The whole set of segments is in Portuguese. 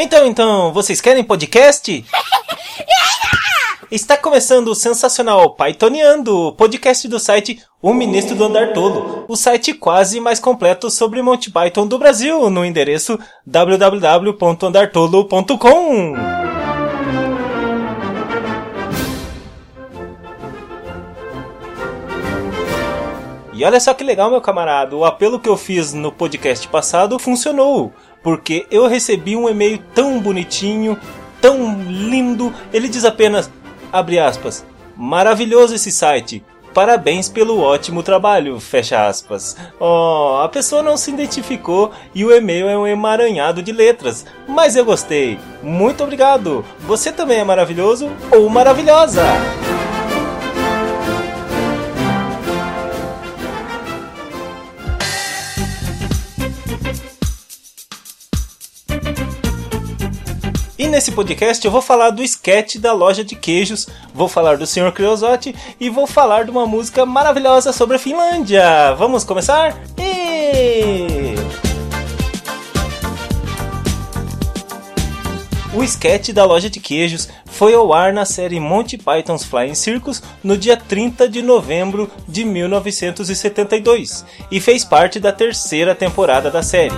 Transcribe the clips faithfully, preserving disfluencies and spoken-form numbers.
Então, então, vocês querem podcast? Está começando o sensacional Pythoniando, podcast do site O Ministro do Andar Tolo, o site quase mais completo sobre Monty Python do Brasil, no endereço w w w ponto andar tolo ponto com. E olha só que legal, meu camarada, o apelo que eu fiz no podcast passado funcionou, porque eu recebi um e-mail tão bonitinho, tão lindo, ele diz apenas, abre aspas, maravilhoso esse site, parabéns pelo ótimo trabalho, fecha aspas. Oh, a pessoa não se identificou e o e-mail é um emaranhado de letras, mas eu gostei, muito obrigado, você também é maravilhoso ou maravilhosa! E nesse podcast eu vou falar do sketch da loja de queijos, vou falar do senhor Creosote e vou falar de uma música maravilhosa sobre a Finlândia. Vamos começar? E... O sketch da loja de queijos foi ao ar na série Monty Python's Flying Circus no dia trinta de novembro de mil novecentos e setenta e dois e fez parte da terceira temporada da série.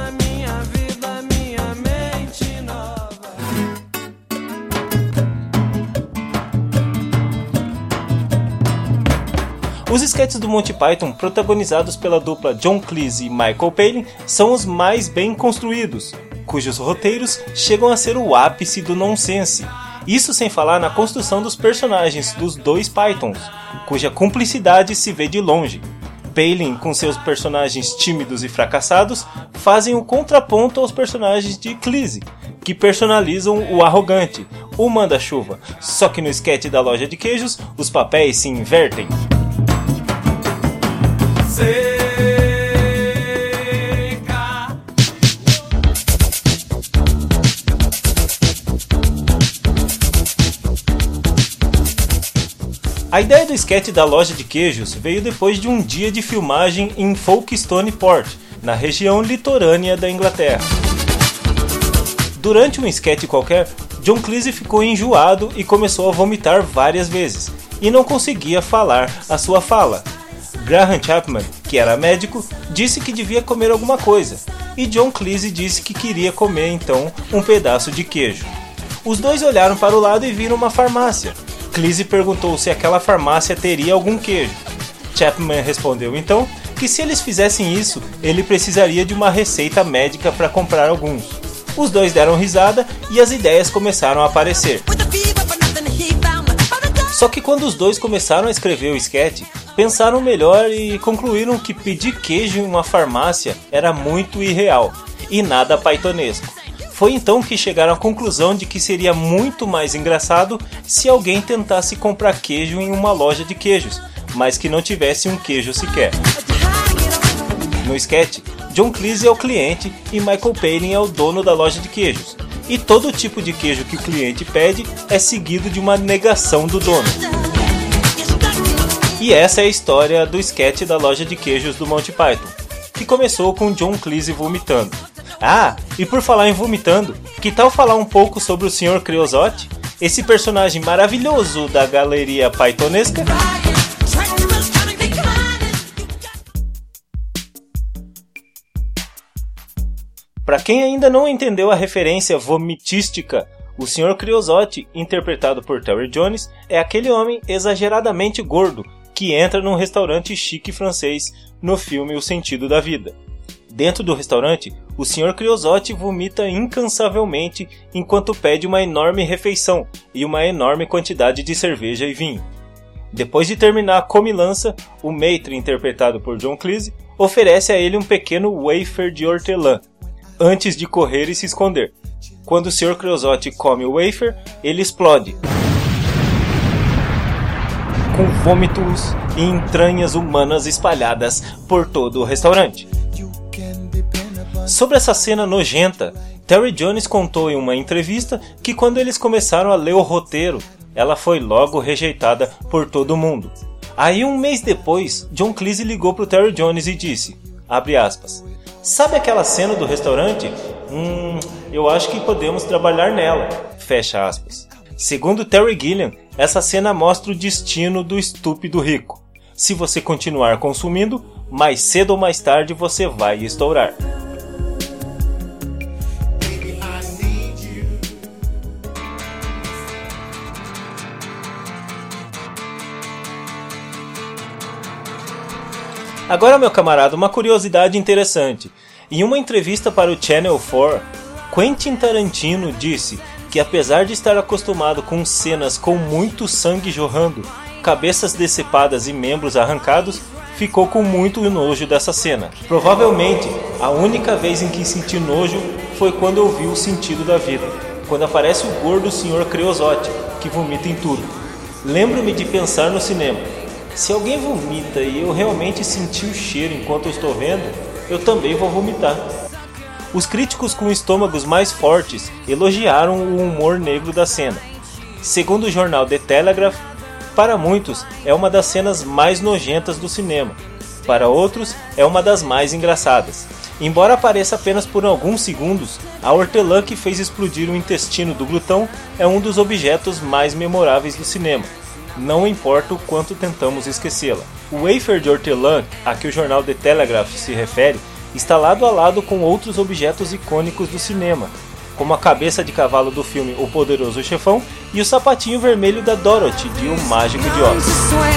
Os sketches do Monty Python, protagonizados pela dupla John Cleese e Michael Palin, são os mais bem construídos, cujos roteiros chegam a ser o ápice do nonsense. Isso sem falar na construção dos personagens dos dois Pythons, cuja cumplicidade se vê de longe. Palin, com seus personagens tímidos e fracassados, fazem o contraponto aos personagens de Cleese, que personalizam o arrogante, o manda-chuva. Só que no sketch da loja de queijos, os papéis se invertem. A ideia do sketch da loja de queijos veio depois de um dia de filmagem em Folkestone Port, na região litorânea da Inglaterra. Durante um sketch qualquer, John Cleese ficou enjoado e começou a vomitar várias vezes, e não conseguia falar a sua fala. Graham Chapman, que era médico, disse que devia comer alguma coisa, e John Cleese disse que queria comer então um pedaço de queijo. Os dois olharam para o lado e viram uma farmácia. Cleese perguntou se aquela farmácia teria algum queijo. Chapman respondeu então que se eles fizessem isso, ele precisaria de uma receita médica para comprar alguns. Os dois deram risada e as ideias começaram a aparecer. Só que quando os dois começaram a escrever o sketch, pensaram melhor e concluíram que pedir queijo em uma farmácia era muito irreal e nada pythonesco. Foi então que chegaram à conclusão de que seria muito mais engraçado se alguém tentasse comprar queijo em uma loja de queijos, mas que não tivesse um queijo sequer. No sketch, John Cleese é o cliente e Michael Palin é o dono da loja de queijos. E todo tipo de queijo que o cliente pede é seguido de uma negação do dono. E essa é a história do sketch da loja de queijos do Monty Python, que começou com John Cleese vomitando. Ah, e por falar em vomitando, que tal falar um pouco sobre o senhor Creosote, esse personagem maravilhoso da galeria pythonesca? Para quem ainda não entendeu a referência vomitística, o senhor Creosote, interpretado por Terry Jones, é aquele homem exageradamente gordo que entra num restaurante chique francês no filme O Sentido da Vida. Dentro do restaurante, o senhor Creosote vomita incansavelmente enquanto pede uma enorme refeição e uma enorme quantidade de cerveja e vinho. Depois de terminar a comilança, o maître, interpretado por John Cleese, oferece a ele um pequeno wafer de hortelã, antes de correr e se esconder. Quando o senhor Creosote come o wafer, ele explode, com vômitos e entranhas humanas espalhadas por todo o restaurante. Sobre essa cena nojenta, Terry Jones contou em uma entrevista que quando eles começaram a ler o roteiro, ela foi logo rejeitada por todo mundo. Aí um mês depois, John Cleese ligou para o Terry Jones e disse, abre aspas, sabe aquela cena do restaurante? Hum, eu acho que podemos trabalhar nela. Fecha aspas. Segundo Terry Gilliam, essa cena mostra o destino do estúpido rico. Se você continuar consumindo, mais cedo ou mais tarde você vai estourar. Agora, meu camarada, uma curiosidade interessante. Em uma entrevista para o Channel quatro, Quentin Tarantino disse que apesar de estar acostumado com cenas com muito sangue jorrando, cabeças decepadas e membros arrancados, ficou com muito nojo dessa cena. Provavelmente, a única vez em que senti nojo foi quando eu vi O Sentido da Vida, quando aparece o gordo senhor Creosote, que vomita em tudo. Lembro-me de pensar no cinema: se alguém vomita e eu realmente senti o cheiro enquanto eu estou vendo, eu também vou vomitar. Os críticos com estômagos mais fortes elogiaram o humor negro da cena. Segundo o jornal The Telegraph, para muitos é uma das cenas mais nojentas do cinema. Para outros, é uma das mais engraçadas. Embora apareça apenas por alguns segundos, a hortelã que fez explodir o intestino do glutão é um dos objetos mais memoráveis do cinema. Não importa o quanto tentamos esquecê-la. O wafer de hortelã, a que o jornal The Telegraph se refere, está lado a lado com outros objetos icônicos do cinema, como a cabeça de cavalo do filme O Poderoso Chefão e o sapatinho vermelho da Dorothy de O Mágico de Oz.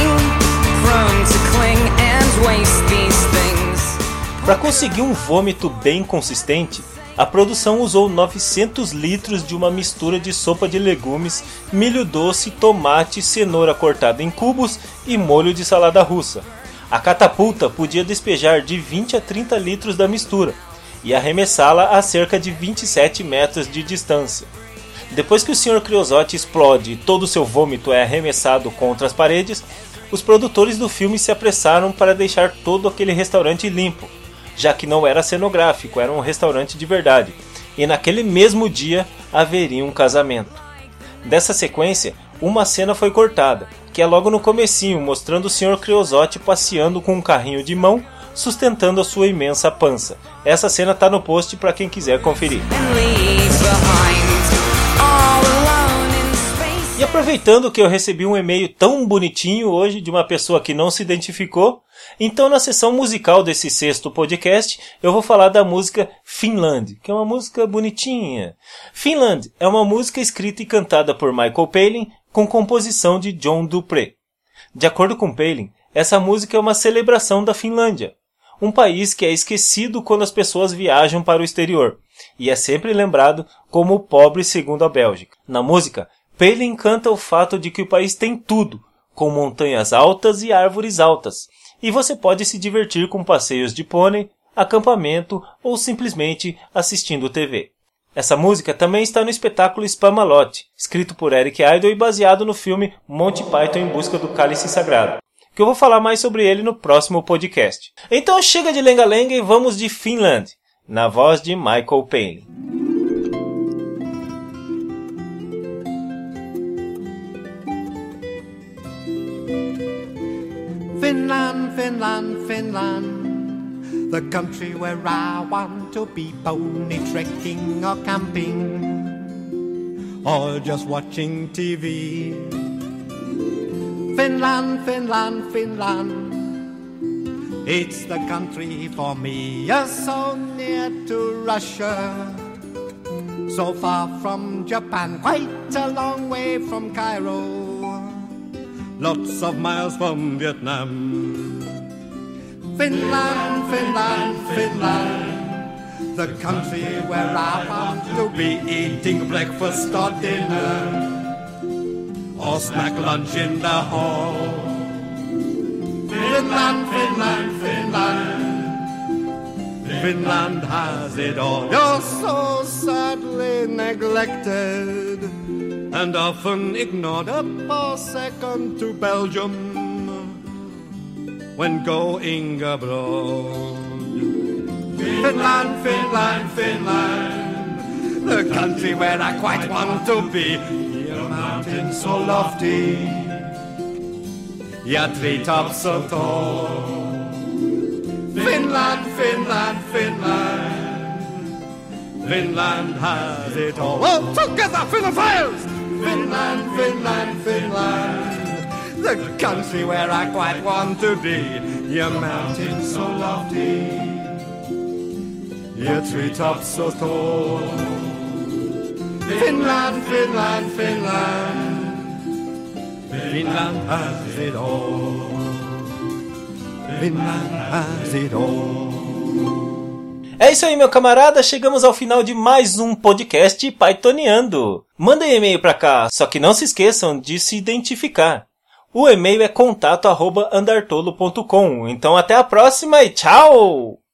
Para conseguir um vômito bem consistente, a produção usou novecentos litros de uma mistura de sopa de legumes, milho doce, tomate, cenoura cortada em cubos e molho de salada russa. A catapulta podia despejar de vinte a trinta litros da mistura e arremessá-la a cerca de vinte e sete metros de distância. Depois que o senhor Creosote explode e todo o seu vômito é arremessado contra as paredes, os produtores do filme se apressaram para deixar todo aquele restaurante limpo, já que não era cenográfico, era um restaurante de verdade, e naquele mesmo dia haveria um casamento. Dessa sequência, uma cena foi cortada, que é logo no comecinho, mostrando o senhor Creosote passeando com um carrinho de mão, sustentando a sua imensa pança. Essa cena está no post para quem quiser conferir. E aproveitando que eu recebi um e-mail tão bonitinho hoje de uma pessoa que não se identificou, então na seção musical desse sexto podcast eu vou falar da música Finland, que é uma música bonitinha. Finland é uma música escrita e cantada por Michael Palin com composição de John Dupree. De acordo com Palin, essa música é uma celebração da Finlândia, um país que é esquecido quando as pessoas viajam para o exterior, e é sempre lembrado como o pobre segundo a Bélgica. Na música, Palin canta o fato de que o país tem tudo, com montanhas altas e árvores altas, e você pode se divertir com passeios de pônei, acampamento ou simplesmente assistindo T V. Essa música também está no espetáculo Spamalot, escrito por Eric Idle e baseado no filme Monty Python em Busca do Cálice Sagrado, que eu vou falar mais sobre ele no próximo podcast. Então chega de lenga-lenga e vamos de Finland, na voz de Michael Palin. Finland, Finland, Finland, the country where I want to be pony trekking or camping, or just watching T V. Finland, Finland, Finland, it's the country for me. You're so near to Russia, so far from Japan, quite a long way from Cairo, lots of miles from Vietnam. Finland, Finland, Finland, the country where I want to be eating breakfast or dinner, or snack lunch in the hall. Finland, Finland, Finland, Finland has it all. You're so sadly neglected and often ignored a poor second to Belgium when going abroad. Finland, Finland, Finland, the country where I quite want to be. Your mountains so lofty, your treetops so tall. Finland, Finland, Finland, Finland has it all. Oh, together, Finland! Finland, Finland, Finland, the country where I quite want to be. Your mountains so lofty, your treetops so tall. Finland, Finland, Finland, Finland has it all. Finland has it all. É isso aí, meu camarada, chegamos ao final de mais um podcast Pythoniando. Mandem e-mail pra cá, só que não se esqueçam de se identificar. O e-mail é contato arroba andartolo ponto com. Então até a próxima e tchau!